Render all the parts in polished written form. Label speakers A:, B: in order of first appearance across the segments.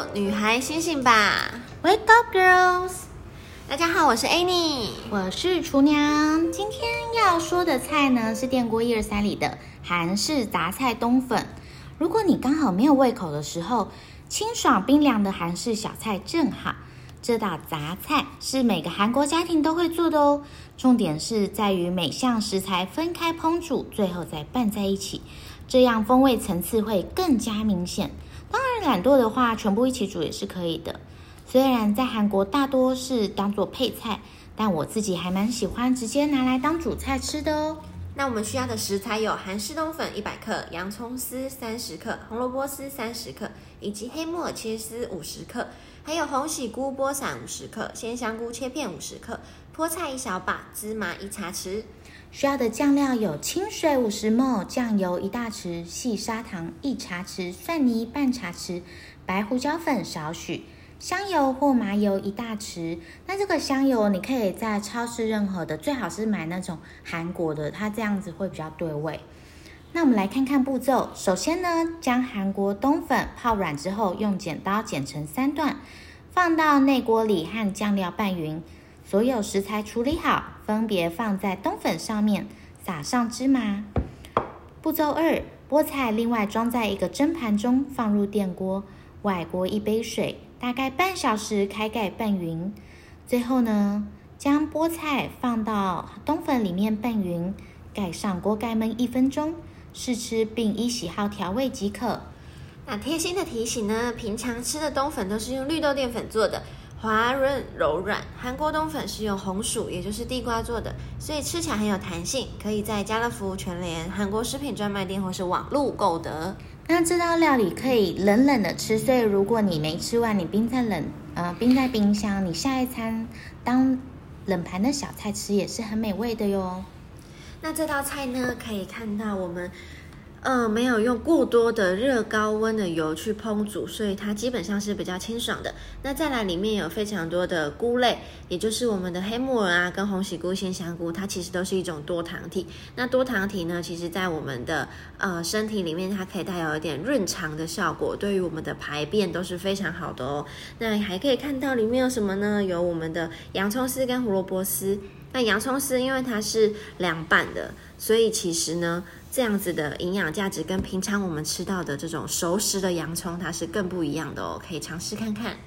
A: 女孩醒醒吧
B: Wake up girls！
A: 大家好，我是 Annie，
B: 我是厨娘。今天要说的菜呢是电锅123里的韩式杂菜冬粉。如果你刚好没有胃口的时候，清爽冰凉的韩式小菜正好。这道杂菜是每个韩国家庭都会做的哦，重点是在于每项食材分开烹煮，最后再拌在一起，这样风味层次会更加明显。当然懒惰的话，全部一起煮也是可以的。虽然在韩国大多是当做配菜，但我自己还蛮喜欢直接拿来当主菜吃的哦。
A: 那我们需要的食材有韩式冬粉100克、洋葱丝30克、红萝卜丝30克，以及黑木耳切丝50克，还有红喜菇剥散50克、鲜香菇切片50克、菠菜1小把、芝麻1茶匙。
B: 需要的酱料有清水50ml、酱油1大匙、细砂糖1茶匙、蒜泥半茶匙、白胡椒粉少许、香油或麻油1大匙。那这个香油你可以在超市任何的，最好是买那种韩国的，它这样子会比较对味。那我们来看看步骤。首先呢，将韩国冬粉泡软之后，用剪刀剪成3段，放到内锅里和酱料拌匀。所有食材处理好，分别放在冬粉上面，撒上芝麻。步骤2，菠菜另外装在一个蒸盘中，放入电锅，外锅1杯水，大概半小时开盖拌匀。最后呢，将菠菜放到冬粉里面拌匀，盖上锅盖焖1分钟，试吃并依喜好调味即可。
A: 那贴心的提醒呢，平常吃的冬粉都是用绿豆淀粉做的，滑润柔软。韩国冬粉是用红薯，也就是地瓜做的，所以吃起来很有弹性，可以在家乐福、全联、韩国食品专卖店或是网路购得。
B: 那这道料理可以冷冷的吃，所以如果你没吃完，你冰在冰箱，你下一餐当冷盘的小菜吃也是很美味的哟。
A: 那这道菜呢，可以看到我们没有用过多的热高温的油去烹煮，所以它基本上是比较清爽的。那再来里面有非常多的菇类，也就是我们的黑木耳啊跟红喜菇、鲜香菇，它其实都是一种多糖体。那多糖体呢，其实在我们的身体里面，它可以带有一点润肠的效果，对于我们的排便都是非常好的哦。那还可以看到里面有什么呢？有我们的洋葱丝跟胡萝卜丝。那洋葱丝因为它是凉拌的，所以其实呢，这样子的营养价值跟平常我们吃到的这种熟食的洋葱它是更不一样的哦，可以尝试看看。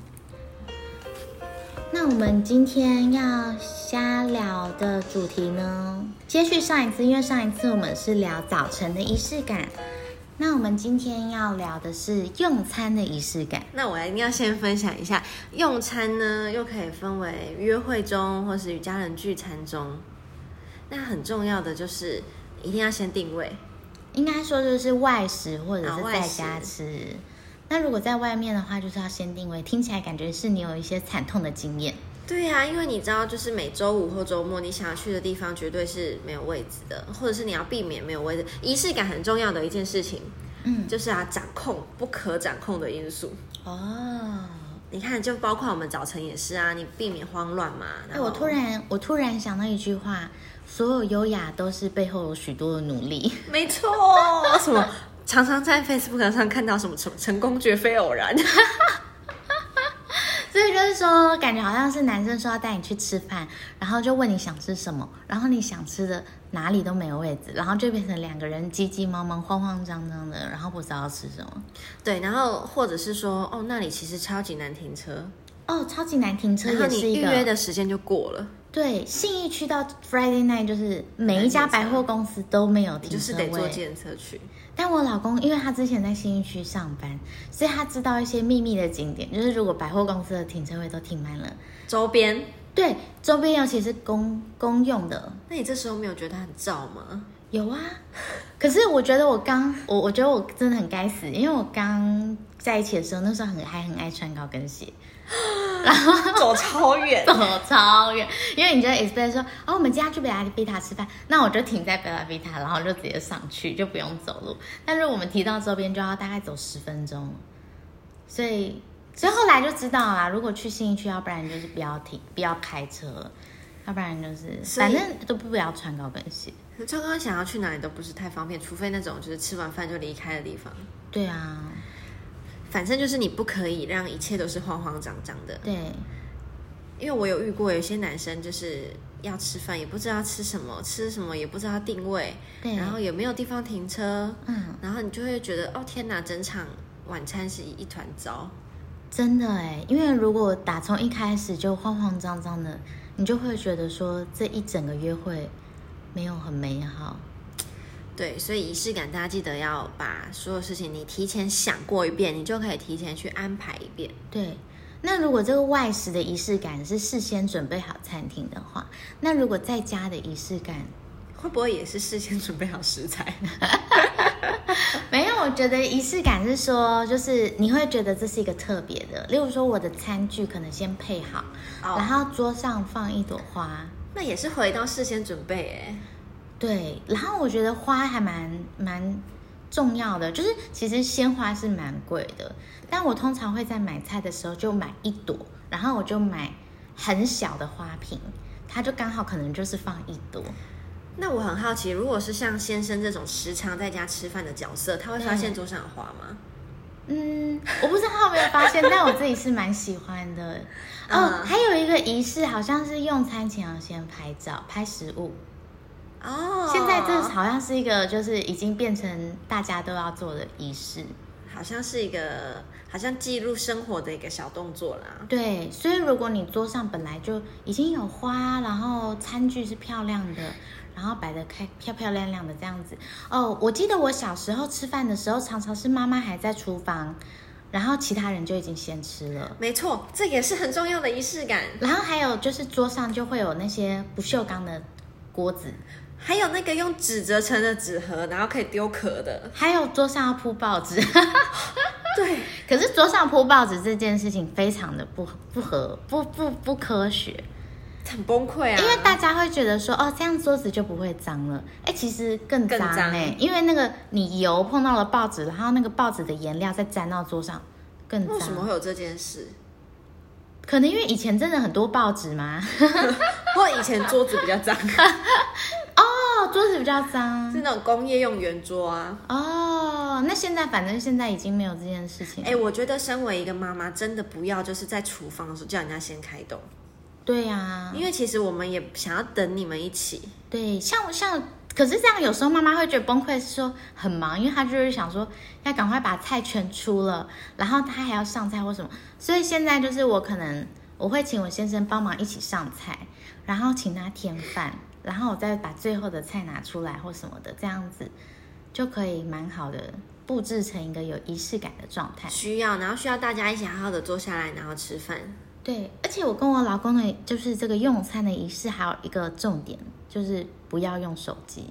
B: 那我们今天要瞎聊的主题呢，接续上一次，因为上一次我们是聊早晨的仪式感，那我们今天要聊的是用餐的仪式感。
A: 那我一定要先分享一下，用餐呢又可以分为约会中或是与家人聚餐中。那很重要的就是一定要先定位，
B: 应该说就是外食或者是在家吃。那如果在外面的话，就是要先定位。听起来感觉是你有一些惨痛的经验。
A: 对啊，因为你知道，就是每周五或周末你想要去的地方绝对是没有位置的，或者是你要避免没有位置。仪式感很重要的一件事情，就是要掌控不可掌控的因素。
B: 哦，
A: 你看，就包括我们早晨也是啊，你避免慌乱嘛。
B: 我突然想到一句话，所有优雅都是背后有许多的努力。
A: 没错，什么常常在 Facebook 上看到什么成功绝非偶然。
B: 所以就是说，感觉好像是男生说要带你去吃饭，然后就问你想吃什么，然后你想吃的哪里都没有位置，然后就变成2个人急急忙忙、慌慌张张的，然后不知道要吃什么。
A: 对，然后或者是说，那里其实超级难停车。
B: 超级难停车也是一个，
A: 然后你预约的时间就过了。
B: 对，信义区到 Friday night 就是每一家百货公司都没有停车位，
A: 就是得坐计程车去。
B: 但我老公因为他之前在信义区上班，所以他知道一些秘密的景点，就是如果百货公司的停车位都停满了，
A: 周边，
B: 对，周边尤其是公用的。
A: 那你这时候没有觉得很燥吗？
B: 有啊，可是我觉得我觉得我真的很该死，因为我刚在一起的时候，那时候还很爱穿高跟鞋，然后
A: 走超远，
B: 因为你就 expect 说，我们今天要去贝拉维塔吃饭，那我就停在贝拉维塔，然后就直接上去，就不用走路。但是我们提到周边就要大概走10分钟，所以后来就知道啦，如果去信义区，要不然就是不要开车，要不然就是反正都不要穿高跟鞋。
A: 刚刚想要去哪里都不是太方便，除非那种就是吃完饭就离开的地方。
B: 对啊，
A: 反正就是你不可以让一切都是慌慌张张的。
B: 对，
A: 因为我有遇过有些男生就是要吃饭也不知道吃什么，吃什么也不知道定位，
B: 对，
A: 然后也没有地方停车，然后你就会觉得哦天哪，整场晚餐是一团糟。
B: 真的哎，因为如果打从一开始就慌慌张张的，你就会觉得说这一整个约会没有很美好。
A: 对，所以仪式感大家记得要把所有事情你提前想过一遍，你就可以提前去安排一遍。
B: 对，那如果这个外食的仪式感是事先准备好餐厅的话，那如果在家的仪式感
A: 会不会也是事先准备好食材？
B: 没有，我觉得仪式感是说，就是你会觉得这是一个特别的，例如说我的餐具可能先配好，然后桌上放一朵花，
A: 那也是回到事先准备哎。
B: 对，然后我觉得花还蛮重要的，就是其实鲜花是蛮贵的，但我通常会在买菜的时候就买一朵，然后我就买很小的花瓶，它就刚好可能就是放一朵。
A: 那我很好奇，如果是像先生这种时常在家吃饭的角色，他会发现桌上有花吗？
B: 我不知道他有没有发现，但我自己是蛮喜欢的。还有一个仪式，好像是用餐前要先拍照，拍食物。现在这好像是一个就是已经变成大家都要做的仪式，
A: 好像是一个好像记录生活的一个小动作啦。
B: 对，所以如果你桌上本来就已经有花，然后餐具是漂亮的，然后摆得漂漂亮亮的这样子。我记得我小时候吃饭的时候，常常是妈妈还在厨房，然后其他人就已经先吃了。
A: 没错，这也是很重要的仪式感。
B: 然后还有就是桌上就会有那些不锈钢的锅子，
A: 还有那个用纸折成的纸盒，然后可以丢壳的，
B: 还有桌上要铺报纸。
A: 对，
B: 可是桌上铺报纸这件事情非常的不科学，
A: 很崩溃啊！
B: 因为大家会觉得说，这样桌子就不会脏了。其实更脏因为那个你油碰到了报纸，然后那个报纸的颜料再沾到桌上，更脏。
A: 为什么会有这件事？
B: 可能因为以前真的很多报纸嘛，
A: 或以前桌子比较脏。
B: 桌子比较脏，
A: 是那种工业用圆桌啊。
B: 那反正现在已经没有这件事情。
A: 我觉得身为一个妈妈，真的不要就是在厨房的时候叫人家先开动。
B: 对呀，
A: 因为其实我们也想要等你们一起。
B: 对，像，可是这样有时候妈妈会觉得崩溃，是说很忙，因为她就是想说要赶快把菜全出了，然后她还要上菜或什么，所以现在就是我会请我先生帮忙一起上菜，然后请他添饭，然后我再把最后的菜拿出来或什么的，这样子就可以蛮好的布置成一个有仪式感的状态。
A: 然后需要大家一起好好的坐下来，然后吃饭。
B: 对，而且我跟我老公的就是这个用餐的仪式还有一个重点，就是不要用手机。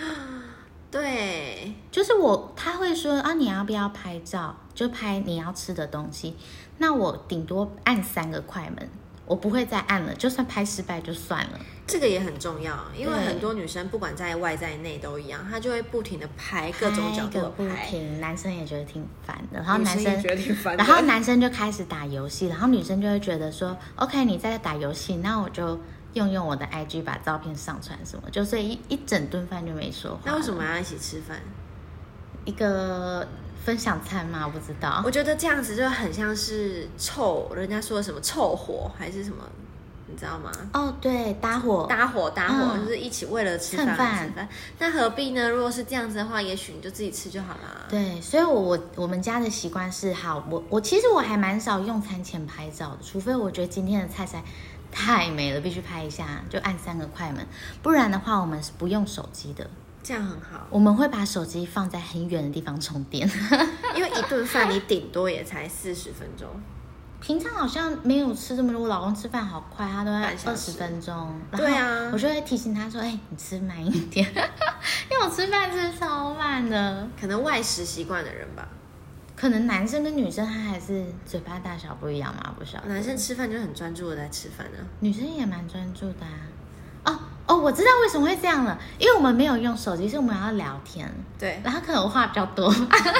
A: 对，
B: 就是他会说你要不要拍照，就拍你要吃的东西，那我顶多按3个快门，我不会再按了，就算拍失败就算了。
A: 这个也很重要，因为很多女生不管在外在内都一样，她就会不停的拍各种角度的
B: 不停，男生也觉得挺烦的，然后男生
A: 也觉得挺烦的，
B: 然后男生就开始打游戏，然后女生就会觉得说 OK 你在打游戏，那我就用我的 IG 把照片上传什么，就所以一整顿饭就没说话。
A: 那为什么要一起吃饭？
B: 一个分享餐吗？我不知道。
A: 我觉得这样子就很像是人家说什么凑火还是什么，你知道吗？
B: 对，搭伙，
A: 就是一起为了吃饭。那何必呢？如果是这样子的话，也许你就自己吃就好啦。
B: 对，所以我们家的习惯是，我其实我还蛮少用餐前拍照的，除非我觉得今天的菜才太美了，必须拍一下，就按3个快门，不然的话我们是不用手机的。
A: 这样很好，
B: 我们会把手机放在很远的地方充电，
A: 因为一顿饭你顶多也才40分钟。
B: 平常好像没有吃这么多，我老公吃饭好快，他都要20分钟。
A: 对啊，
B: 我就会提醒他说：“你吃慢一点，因为我吃饭吃超慢的。”
A: 可能外食习惯的人吧，
B: 可能男生跟女生他还是嘴巴大小不一样嘛，不晓得。
A: 男生吃饭就很专注的在吃饭啊，
B: 女生也蛮专注的啊。我知道为什么会这样了，因为我们没有用手机，是我们要聊天。
A: 对，
B: 然后可能我话比较多。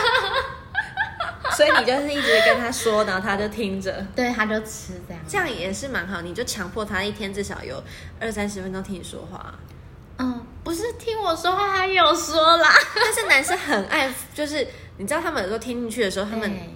A: 所以你就是一直跟他说，然后他就听着，
B: 对，他就吃
A: 这样也是蛮好。你就强迫他一天至少有20-30分钟听你说话。
B: 不是听我说话，他有说啦。
A: 但是男生很爱，就是你知道他们有时候听进去的时候，他们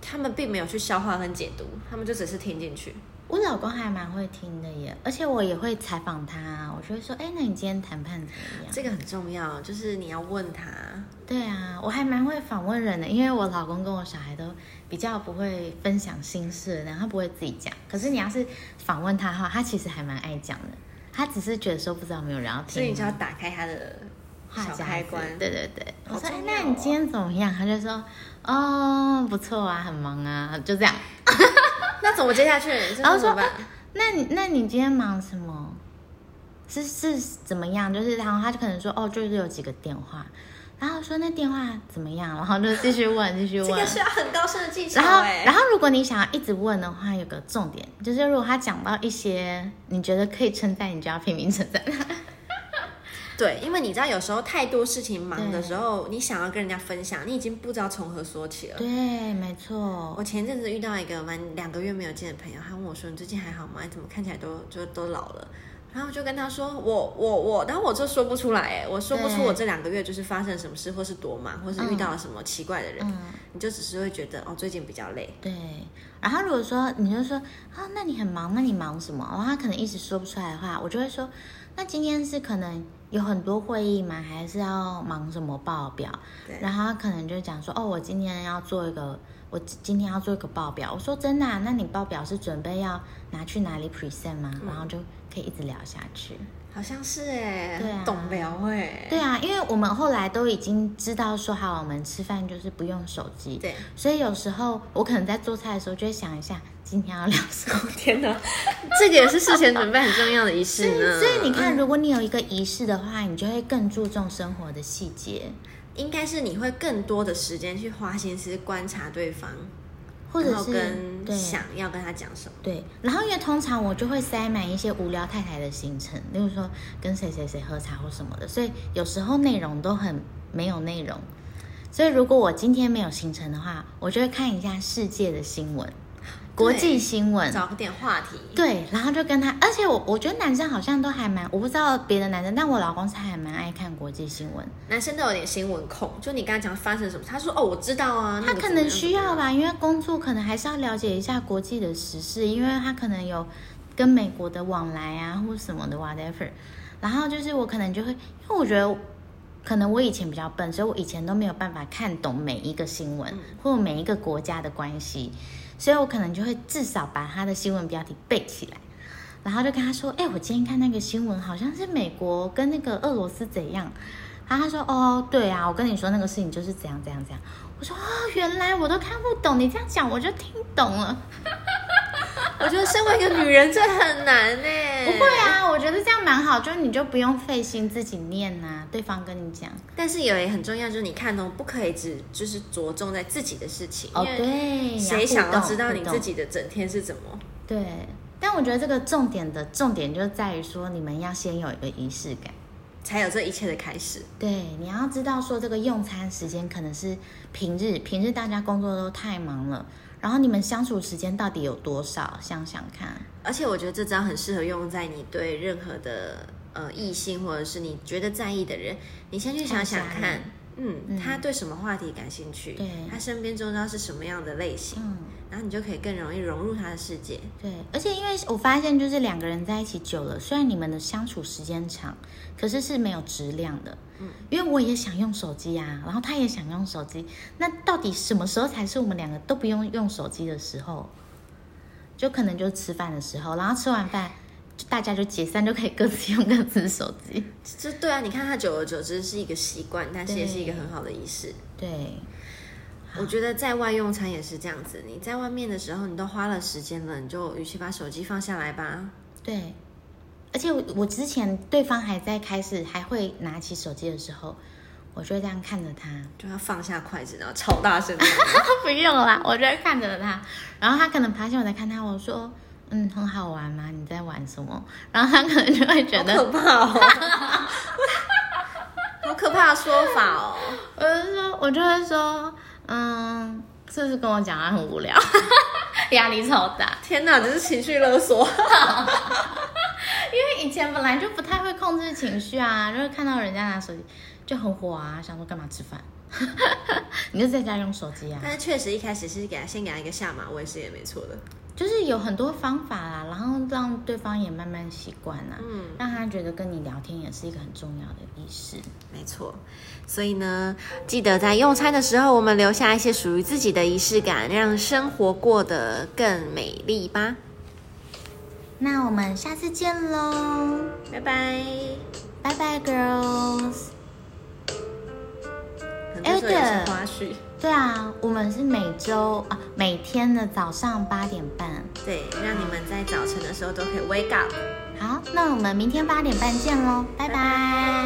A: 他们并没有去消化跟解读，他们就只是听进去。
B: 我老公还蛮会听的耶，而且我也会采访他，我就会说，那你今天谈判怎么样？
A: 这个很重要，就是你要问他。
B: 对啊，我还蛮会访问人的，因为我老公跟我小孩都比较不会分享心事，然后他不会自己讲。可是你要是访问他的话，他其实还蛮爱讲的，他只是觉得说不知道没有人要听，
A: 所以你就要打开他的小开关。
B: 对对对，我说，
A: 哦，
B: 那你今天怎么样？他就说，不错啊，很忙啊，就这样。
A: 那怎么接下去？然后说，
B: 那你今天忙什么？是怎么样？就是然后他就可能说，就是有几个电话，然后说那电话怎么样？然后就继续问，继续问。
A: 这个是要很高深的技巧。
B: 然后如果你想要一直问的话，有个重点就是，如果他讲到一些你觉得可以称赞，你就要拼命称赞他。
A: 对，因为你知道有时候太多事情忙的时候，你想要跟人家分享，你已经不知道从何说起了。
B: 对，没错。
A: 我前阵子遇到一个2个月没有见的朋友，他问我说：“你最近还好吗？你怎么看起来都老了？”然后我就跟他说：“然后我就说不出来，我说不出我这2个月就是发生什么事，或是多忙，或是遇到了什么奇怪的人，你就只是会觉得最近比较累。”
B: 对。然后如果说你就说那你很忙，那你忙什么？然后他可能一直说不出来的话，我就会说：“那今天是可能有很多会议吗？还是要忙什么报表？”然后他可能就讲说：“我今天要做一个报表。”我说：“真的啊？那你报表是准备要拿去哪里 present 吗？”然后就可以一直聊下去。
A: 好像是
B: 对啊，
A: 懂聊
B: 对啊，因为我们后来都已经知道说好，我们吃饭就是不用手机。
A: 对，
B: 所以有时候我可能在做菜的时候就会想一下今天要聊什么。
A: 天哪，这个也是事前准备很重要的仪式呢。
B: 所以你看，如果你有一个仪式的话，你就会更注重生活的细节。
A: 应该是你会更多的时间去花心思观察对方，
B: 或者是
A: 跟想要跟他讲什么。
B: 对，然后因为通常我就会塞满一些无聊太太的行程，例如说跟谁谁谁喝茶或什么的，所以有时候内容都很没有内容。所以如果我今天没有行程的话，我就会看一下世界的新闻。国际新闻，
A: 找点话题。
B: 对，然后就跟他，而且我觉得男生好像都还蛮，我不知道别的男生，但我老公是还蛮爱看国际新闻。
A: 男生都有点新闻控，就你刚才讲发生什么，他说我知道啊，
B: 他可能需要吧，因为工作可能还是要了解一下国际的时事，因为他可能有跟美国的往来啊，或什么的 whatever。然后就是我可能就会，因为我觉得可能我以前比较笨，所以我以前都没有办法看懂每一个新闻，或每一个国家的关系。所以我可能就会至少把他的新闻标题背起来，然后就跟他说：“我今天看那个新闻，好像是美国跟那个俄罗斯怎样。”然后他说：“对啊，我跟你说那个事情就是怎样怎样怎样。”我说：“原来我都看不懂，你这样讲我就听懂了。”
A: 我觉得身为一个女人这很难呢。
B: 不会啊，我觉得这样蛮好，就你就不用费心自己念啊，对方跟你讲。
A: 但是有也很重要，就是你看不可以就是着重在自己的事情。
B: 对，
A: 谁想要知道你自己的整天是怎么？
B: 对，但我觉得这个重点就在于说，你们要先有一个仪式感，
A: 才有这一切的开始。
B: 对，你要知道说这个用餐时间可能是平日大家工作都太忙了。然后你们相处时间到底有多少？想想看。
A: 而且我觉得这招很适合用在你对任何的异性或者是你觉得在意的人，你先去想想看，他对什么话题感兴趣，
B: 对，
A: 他身边周遭是什么样的类型，然后你就可以更容易融入他的世界。
B: 对，而且因为我发现就是2个人在一起久了，虽然你们的相处时间长，可是没有质量的。因为我也想用手机啊，然后他也想用手机，那到底什么时候才是我们2个都不用手机的时候？就可能就是吃饭的时候，然后吃完饭就大家就解散，就可以各自用各自的手机。
A: 对啊，你看它久而久之是一个习惯，但是也是一个很好的仪式。
B: 对，
A: 我觉得在外用餐也是这样子，你在外面的时候你都花了时间了，你就与其把手机放下来吧。
B: 对，而且我之前对方还会拿起手机的时候，我就会这样看着他，
A: 就要放下筷子，然后超大声的。
B: 不用啦，我就会看着他，然后他可能发现我在看他，我说很好玩吗？你在玩什么？然后他可能就会觉得
A: 好可怕哦，好可怕的说法哦。
B: 我就会说，是不是跟我讲他很无聊，压力超大？
A: 天哪，这是情绪勒索。
B: 因为以前本来就不太会控制情绪啊，就是看到人家拿手机就很火啊，想说干嘛吃饭？ 你就在家用手机啊。
A: 但是确实一开始是先给他一个下马威是也没错的。
B: 就是有很多方法啦，然后让对方也慢慢习惯啦，让他觉得跟你聊天也是一个很重要的仪式。
A: 没错，所以呢，记得在用餐的时候，我们留下一些属于自己的仪式感，让生活过得更美丽吧。
B: 那我们下次见喽，
A: 拜拜，
B: 拜拜 ，girls。
A: 哎，对，花絮。
B: 对啊，我们是每天的早上8点半。
A: 对，让你们在早晨的时候都可以 wake up。
B: 好，那我们明天8点半见喽，拜拜。